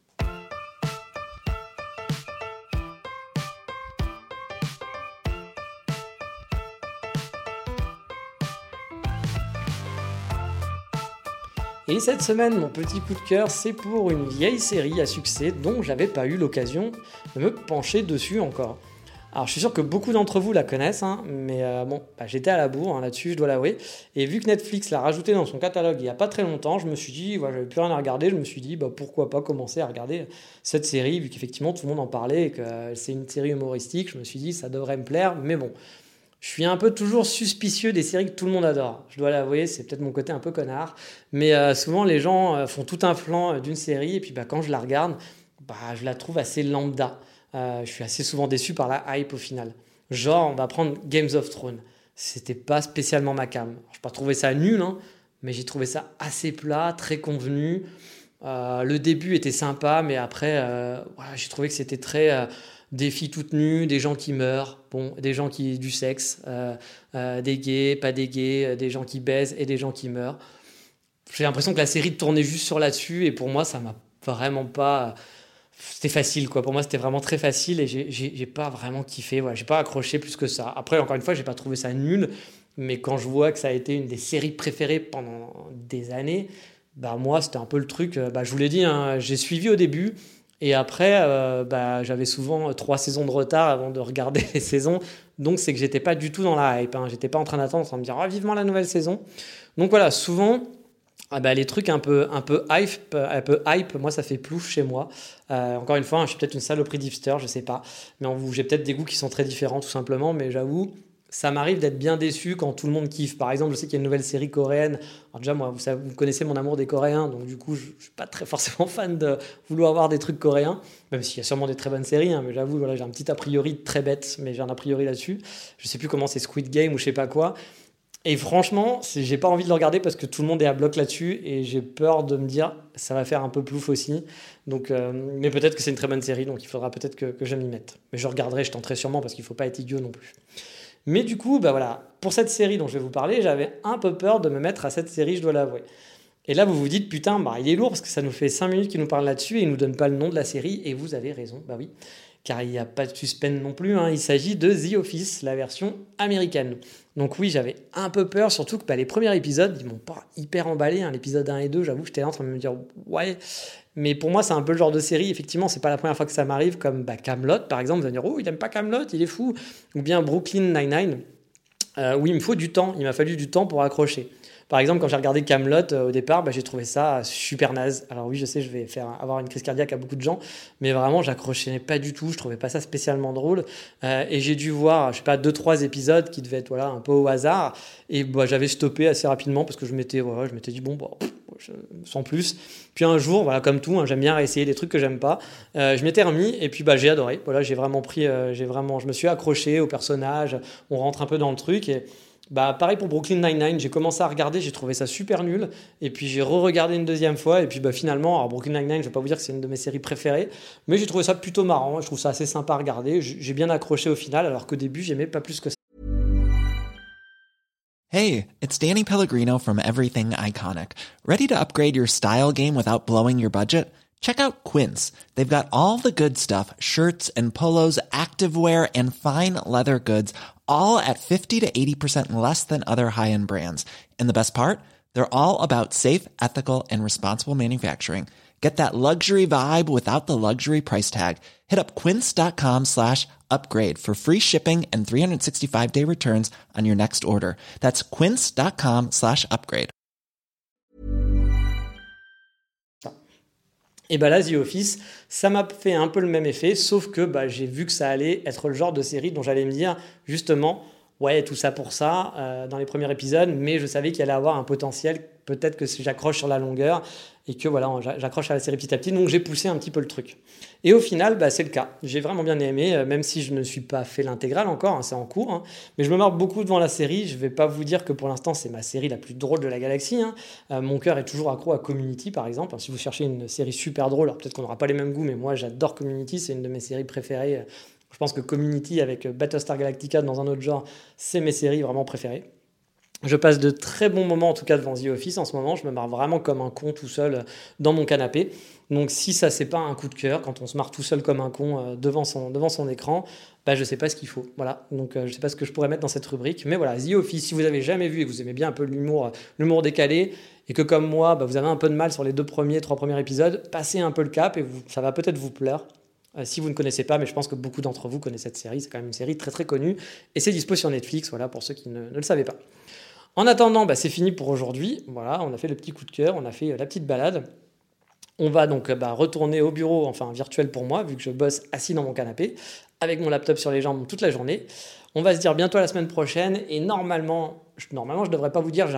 Et cette semaine, mon petit coup de cœur, c'est pour une vieille série à succès dont j'avais pas eu l'occasion de me pencher dessus encore. Alors je suis sûr que beaucoup d'entre vous la connaissent, hein, mais j'étais à la bourre là-dessus, je dois l'avouer. Et vu que Netflix l'a rajouté dans son catalogue il n'y a pas très longtemps, je me suis dit, j'avais plus rien à regarder, je me suis dit pourquoi pas commencer à regarder cette série, vu qu'effectivement tout le monde en parlait et que c'est une série humoristique, je me suis dit ça devrait me plaire, mais bon. Je suis un peu toujours suspicieux des séries que tout le monde adore. Je dois l'avouer, c'est peut-être mon côté un peu connard. Mais souvent, les gens font tout un flanc d'une série. Et puis, quand je la regarde, je la trouve assez lambda. je suis assez souvent déçu par la hype au final. Genre, on va prendre Games of Thrones. C'était pas spécialement ma came. Je n'ai pas trouvé ça nul, hein, mais j'ai trouvé ça assez plat, très convenu. Le début était sympa, mais après, voilà, j'ai trouvé que c'était très des filles toutes nues, des gens qui meurent, bon, des gens qui du sexe, des gays, pas des gays, des gens qui baisent et des gens qui meurent. J'ai l'impression que la série tournait juste sur là-dessus, et pour moi, ça m'a vraiment pas. C'était facile, quoi. Pour moi, c'était vraiment très facile, et j'ai pas vraiment kiffé. Voilà, j'ai pas accroché plus que ça. Après, encore une fois, j'ai pas trouvé ça nul, mais quand je vois que ça a été une des séries préférées pendant des années, bah moi, c'était un peu le truc. Bah, je vous l'ai dit, hein, j'ai suivi au début. Et après, bah, j'avais souvent 3 saisons de retard avant de regarder les saisons. Donc, c'est que j'étais pas du tout dans la hype. Hein. J'étais pas en train d'attendre, en train de me dire vivement la nouvelle saison. Donc voilà, souvent, bah, les trucs un peu hype, moi, ça fait plouf chez moi. Encore une fois, hein, je suis peut-être une saloperie d'hipster, je sais pas. Mais j'ai peut-être des goûts qui sont très différents, tout simplement. Mais j'avoue, ça m'arrive d'être bien déçu quand tout le monde kiffe. Par exemple, je sais qu'il y a une nouvelle série coréenne. Alors déjà, moi, vous connaissez mon amour des Coréens, donc du coup, je ne suis pas très forcément fan de vouloir voir des trucs coréens, même s'il y a sûrement des très bonnes séries, hein, mais j'avoue, voilà, j'ai un petit a priori très bête, mais j'ai un a priori là-dessus. Je ne sais plus comment c'est Squid Game ou je ne sais pas quoi. Et franchement, j'ai pas envie de le regarder parce que tout le monde est à bloc là-dessus, et j'ai peur de me dire ça va faire un peu plouf aussi. Donc, mais peut-être que c'est une très bonne série, donc il faudra peut-être que je m'y mette. Mais je regarderai, je tenterai sûrement, parce qu'il ne faut pas être idiot non plus. Mais du coup, bah voilà, pour cette série dont je vais vous parler, j'avais un peu peur de me mettre à cette série, je dois l'avouer. Et là, vous vous dites, putain, bah, il est lourd parce que ça nous fait 5 minutes qu'il nous parle là-dessus et il ne nous donne pas le nom de la série. Et vous avez raison, bah oui, car il n'y a pas de suspense non plus. Hein. Il s'agit de The Office, la version américaine. Donc oui, j'avais un peu peur, surtout que bah, les premiers épisodes, ils m'ont pas hyper emballé. Hein. L'épisode 1 et 2, j'avoue, j'étais là en train de me dire, ouais. Mais pour moi, c'est un peu le genre de série, effectivement, c'est pas la première fois que ça m'arrive, comme bah, Kaamelott, par exemple, vous allez dire, oh, il aime pas Kaamelott, il est fou. Ou bien Brooklyn Nine-Nine. Oui, il me faut du temps, il m'a fallu du temps pour accrocher. Par exemple, quand j'ai regardé Kaamelott au départ, bah, j'ai trouvé ça super naze. Alors oui, je sais, je vais avoir une crise cardiaque à beaucoup de gens, mais vraiment, j'accrochais pas du tout, je trouvais pas ça spécialement drôle. Et j'ai dû voir, je sais pas, 2-3 épisodes qui devaient être voilà, un peu au hasard, et bah, j'avais stoppé assez rapidement parce que je m'étais dit, bon, bah, sans plus. Puis un jour, voilà, comme tout, hein, j'aime bien réessayer des trucs que j'aime pas. Je m'étais remis et puis bah, j'ai adoré. Voilà, je me suis accroché au personnage. On rentre un peu dans le truc et bah pareil pour Brooklyn Nine-Nine. J'ai commencé à regarder, j'ai trouvé ça super nul et puis j'ai re-regardé une deuxième fois et puis bah finalement, alors Brooklyn Nine-Nine, je vais pas vous dire que c'est une de mes séries préférées, mais j'ai trouvé ça plutôt marrant. Je trouve ça assez sympa à regarder. J'ai bien accroché au final, alors qu'au début, j'aimais pas plus que ça. Hey, it's Danny Pellegrino from Everything Iconic. Ready to upgrade your style game without blowing your budget? Check out Quince. They've got all the good stuff, shirts and polos, activewear, and fine leather goods, all at 50 to 80% less than other high-end brands. And the best part? They're all about safe, ethical, and responsible manufacturing. Get that luxury vibe without the luxury price tag. Hit up quince.com/upgrade for free shipping and 365-day returns on your next order. That's quince.com/upgrade. Et bah là, The Office, ça m'a fait un peu le même effet, sauf que bah, j'ai vu que ça allait être le genre de série dont j'allais me dire, justement, ouais, tout ça pour ça, dans les premiers épisodes, mais je savais qu'il allait avoir un potentiel, peut-être que j'accroche sur la longueur, et que voilà, j'accroche à la série petit à petit, donc j'ai poussé un petit peu le truc. Et au final, bah, c'est le cas. J'ai vraiment bien aimé, même si je ne suis pas fait l'intégrale encore, hein, c'est en cours, hein, mais je me marre beaucoup devant la série. Je ne vais pas vous dire que pour l'instant, c'est ma série la plus drôle de la galaxie. Hein. Mon cœur est toujours accro à Community, par exemple. Si vous cherchez une série super drôle, alors peut-être qu'on n'aura pas les mêmes goûts, mais moi, j'adore Community, c'est une de mes séries préférées. Je pense que Community, avec Battlestar Galactica dans un autre genre, c'est mes séries vraiment préférées. Je passe de très bons moments, en tout cas devant The Office en ce moment. Je me marre vraiment comme un con tout seul dans mon canapé. Donc si ça, c'est pas un coup de cœur, quand on se marre tout seul comme un con devant son écran, bah, je sais pas ce qu'il faut. Voilà. Donc je sais pas ce que je pourrais mettre dans cette rubrique. Mais voilà, The Office, si vous avez jamais vu et que vous aimez bien un peu l'humour décalé, et que comme moi, bah, vous avez un peu de mal sur les 3 premiers épisodes, passez un peu le cap et ça va peut-être vous plaire. Si vous ne connaissez pas, mais je pense que beaucoup d'entre vous connaissent cette série. C'est quand même une série très très connue. Et c'est dispo sur Netflix, voilà, pour ceux qui ne le savaient pas. En attendant, bah, c'est fini pour aujourd'hui. Voilà, on a fait le petit coup de cœur, on a fait la petite balade. On va donc retourner au bureau, enfin virtuel pour moi, vu que je bosse assis dans mon canapé, avec mon laptop sur les jambes toute la journée. On va se dire bientôt à la semaine prochaine et normalement je devrais pas vous dire,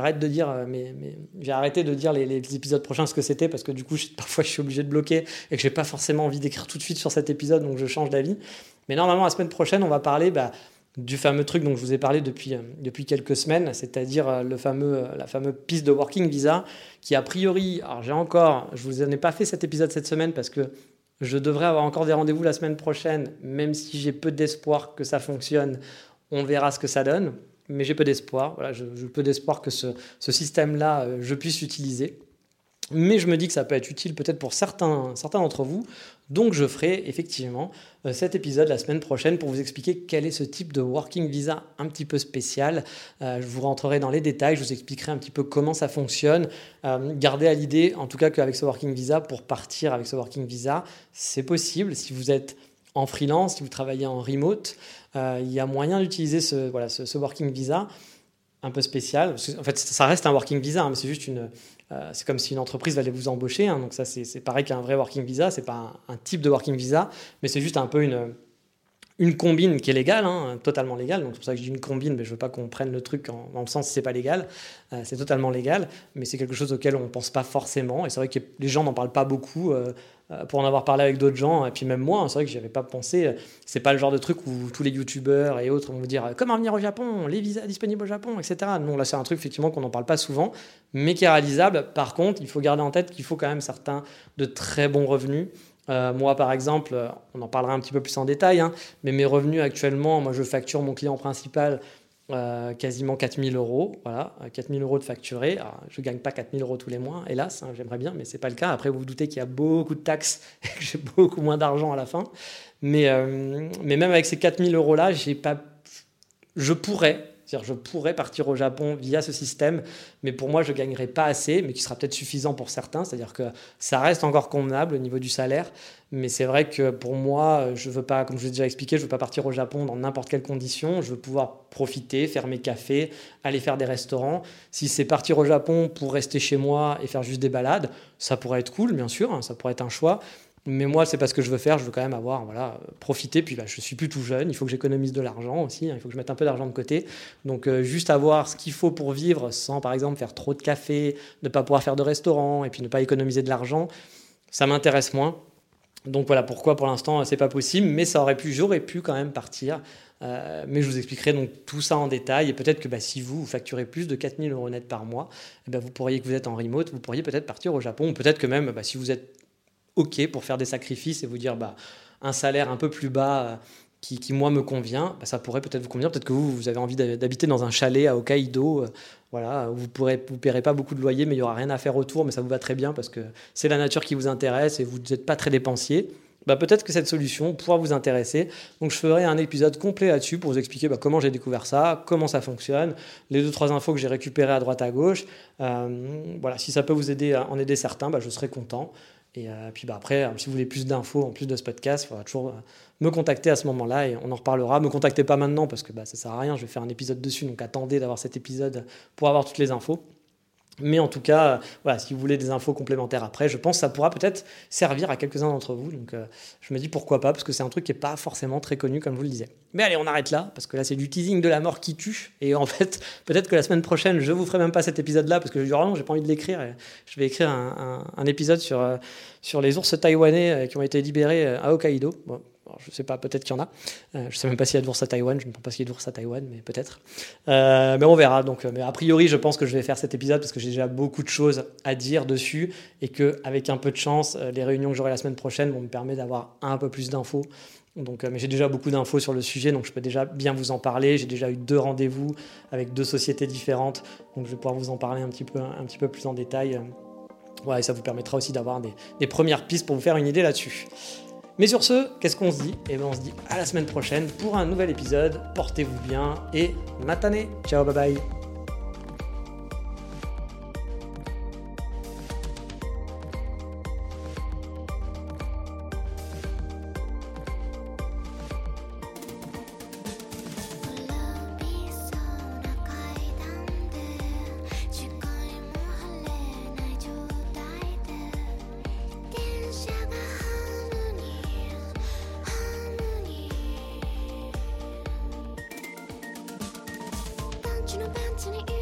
j'ai arrêté de dire les épisodes prochains ce que c'était parce que du coup parfois je suis obligé de bloquer et que j'ai pas forcément envie d'écrire tout de suite sur cet épisode, donc je change d'avis. Mais normalement la semaine prochaine on va parler du fameux truc dont je vous ai parlé depuis quelques semaines, c'est-à-dire la fameuse piste de Working Visa qui a priori, alors je vous en ai pas fait cet épisode cette semaine parce que je devrais avoir encore des rendez-vous la semaine prochaine, même si j'ai peu d'espoir que ça fonctionne. On verra ce que ça donne, mais j'ai peu d'espoir. Voilà, j'ai peu d'espoir que ce système-là, je puisse l'utiliser. Mais je me dis que ça peut être utile peut-être pour certains d'entre vous. Donc je ferai effectivement cet épisode la semaine prochaine pour vous expliquer quel est ce type de Working Visa un petit peu spécial. Je vous rentrerai dans les détails, je vous expliquerai un petit peu comment ça fonctionne. Gardez à l'idée, en tout cas qu'avec ce Working Visa, pour partir avec ce Working Visa, c'est possible. Si vous êtes en freelance, si vous travaillez en remote, il y a moyen d'utiliser ce Working Visa un peu spécial. En fait, ça reste un Working Visa, mais c'est juste c'est comme si une entreprise allait vous embaucher. Donc ça, c'est pareil qu'un vrai Working Visa. C'est pas un type de Working Visa, mais c'est juste un peu une combine qui est légale, totalement légale. Donc c'est pour ça que je dis une combine, mais je veux pas qu'on prenne le truc dans le sens si c'est pas légal. C'est totalement légal, mais c'est quelque chose auquel on pense pas forcément. Et c'est vrai que les gens n'en parlent pas beaucoup. Pour en avoir parlé avec d'autres gens, et puis même moi, c'est vrai que j'y avais pas pensé. C'est pas le genre de truc où tous les youtubeurs et autres vont vous dire comment venir au Japon, les visas disponibles au Japon, etc. Non, là c'est un truc effectivement qu'on n'en parle pas souvent, mais qui est réalisable. Par contre, il faut garder en tête qu'il faut quand même certains de très bons revenus. Moi par exemple, on en parlera un petit peu plus en détail, mais mes revenus actuellement, moi je facture mon client principal quasiment 4 000 €, voilà, 4 000 € de facturé. Alors, je ne gagne pas 4 000 € tous les mois, hélas, j'aimerais bien, mais ce n'est pas le cas. Après, vous vous doutez qu'il y a beaucoup de taxes et que j'ai beaucoup moins d'argent à la fin. Mais même avec ces 4 000 € là, je pourrais partir au Japon via ce système, mais pour moi, je ne gagnerai pas assez, mais qui sera peut-être suffisant pour certains, c'est-à-dire que ça reste encore convenable au niveau du salaire, mais c'est vrai que pour moi, je veux pas, comme je vous ai déjà expliqué, je ne veux pas partir au Japon dans n'importe quelle condition, je veux pouvoir profiter, faire mes cafés, aller faire des restaurants. Si c'est partir au Japon pour rester chez moi et faire juste des balades, ça pourrait être cool, bien sûr, ça pourrait être un choix. Mais moi, c'est pas ce que je veux faire. Je veux quand même profiter. Puis je suis plus tout jeune. Il faut que j'économise de l'argent aussi. Il faut que je mette un peu d'argent de côté. Donc, juste avoir ce qu'il faut pour vivre sans, par exemple, faire trop de café, ne pas pouvoir faire de restaurant et puis ne pas économiser de l'argent, ça m'intéresse moins. Donc voilà pourquoi pour l'instant c'est pas possible. Mais j'aurais pu quand même partir. Mais je vous expliquerai donc tout ça en détail. Et peut-être que si vous facturez plus de 4 000 € net par mois, vous êtes en remote, vous pourriez peut-être partir au Japon. Ou peut-être que même si vous êtes OK pour faire des sacrifices et vous dire un salaire un peu plus bas qui moi me convient, ça pourrait peut-être vous convenir. Peut-être que vous avez envie d'habiter dans un chalet à Hokkaido, où vous paierez pas beaucoup de loyer, mais il y aura rien à faire autour, mais ça vous va très bien parce que c'est la nature qui vous intéresse et vous n'êtes pas très dépensier. Peut-être que cette solution pourra vous intéresser. Donc je ferai un épisode complet là-dessus pour vous expliquer comment j'ai découvert ça, comment ça fonctionne, les 2-3 infos que j'ai récupérées à droite à gauche. Si ça peut vous aider à en aider certains, je serai content. Et puis après, si vous voulez plus d'infos en plus de ce podcast, il faudra toujours me contacter à ce moment-là et on en reparlera. Ne me contactez pas maintenant parce que ça ne sert à rien, je vais faire un épisode dessus, donc attendez d'avoir cet épisode pour avoir toutes les infos. Mais en tout cas, si vous voulez des infos complémentaires après, je pense que ça pourra peut-être servir à quelques-uns d'entre vous. Donc je me dis pourquoi pas, parce que c'est un truc qui n'est pas forcément très connu, comme je vous le disais. Mais allez, on arrête là, parce que là, c'est du teasing de la mort qui tue. Et en fait, peut-être que la semaine prochaine, je ne vous ferai même pas cet épisode-là, parce que je dis, oh non, j'ai pas envie de l'écrire. Je vais écrire un épisode sur les ours taïwanais qui ont été libérés à Hokkaido. Bon. Alors, je ne sais pas, peut-être qu'il y en a. Je ne sais même pas s'il y a d'ours à Taïwan. Je ne pense pas qu'il y ait d'ours à Taïwan, mais peut-être. Mais on verra. Donc, mais a priori, je pense que je vais faire cet épisode parce que j'ai déjà beaucoup de choses à dire dessus et qu'avec un peu de chance, les réunions que j'aurai la semaine prochaine vont me permettre d'avoir un peu plus d'infos. Donc, mais j'ai déjà beaucoup d'infos sur le sujet, donc je peux déjà bien vous en parler. J'ai déjà eu 2 rendez-vous avec 2 sociétés différentes, donc je vais pouvoir vous en parler un petit peu plus en détail. Et ça vous permettra aussi d'avoir des premières pistes pour vous faire une idée là-dessus. Mais sur ce, qu'est-ce qu'on se dit ? On se dit à la semaine prochaine pour un nouvel épisode. Portez-vous bien et matane. Ciao, bye bye. Internet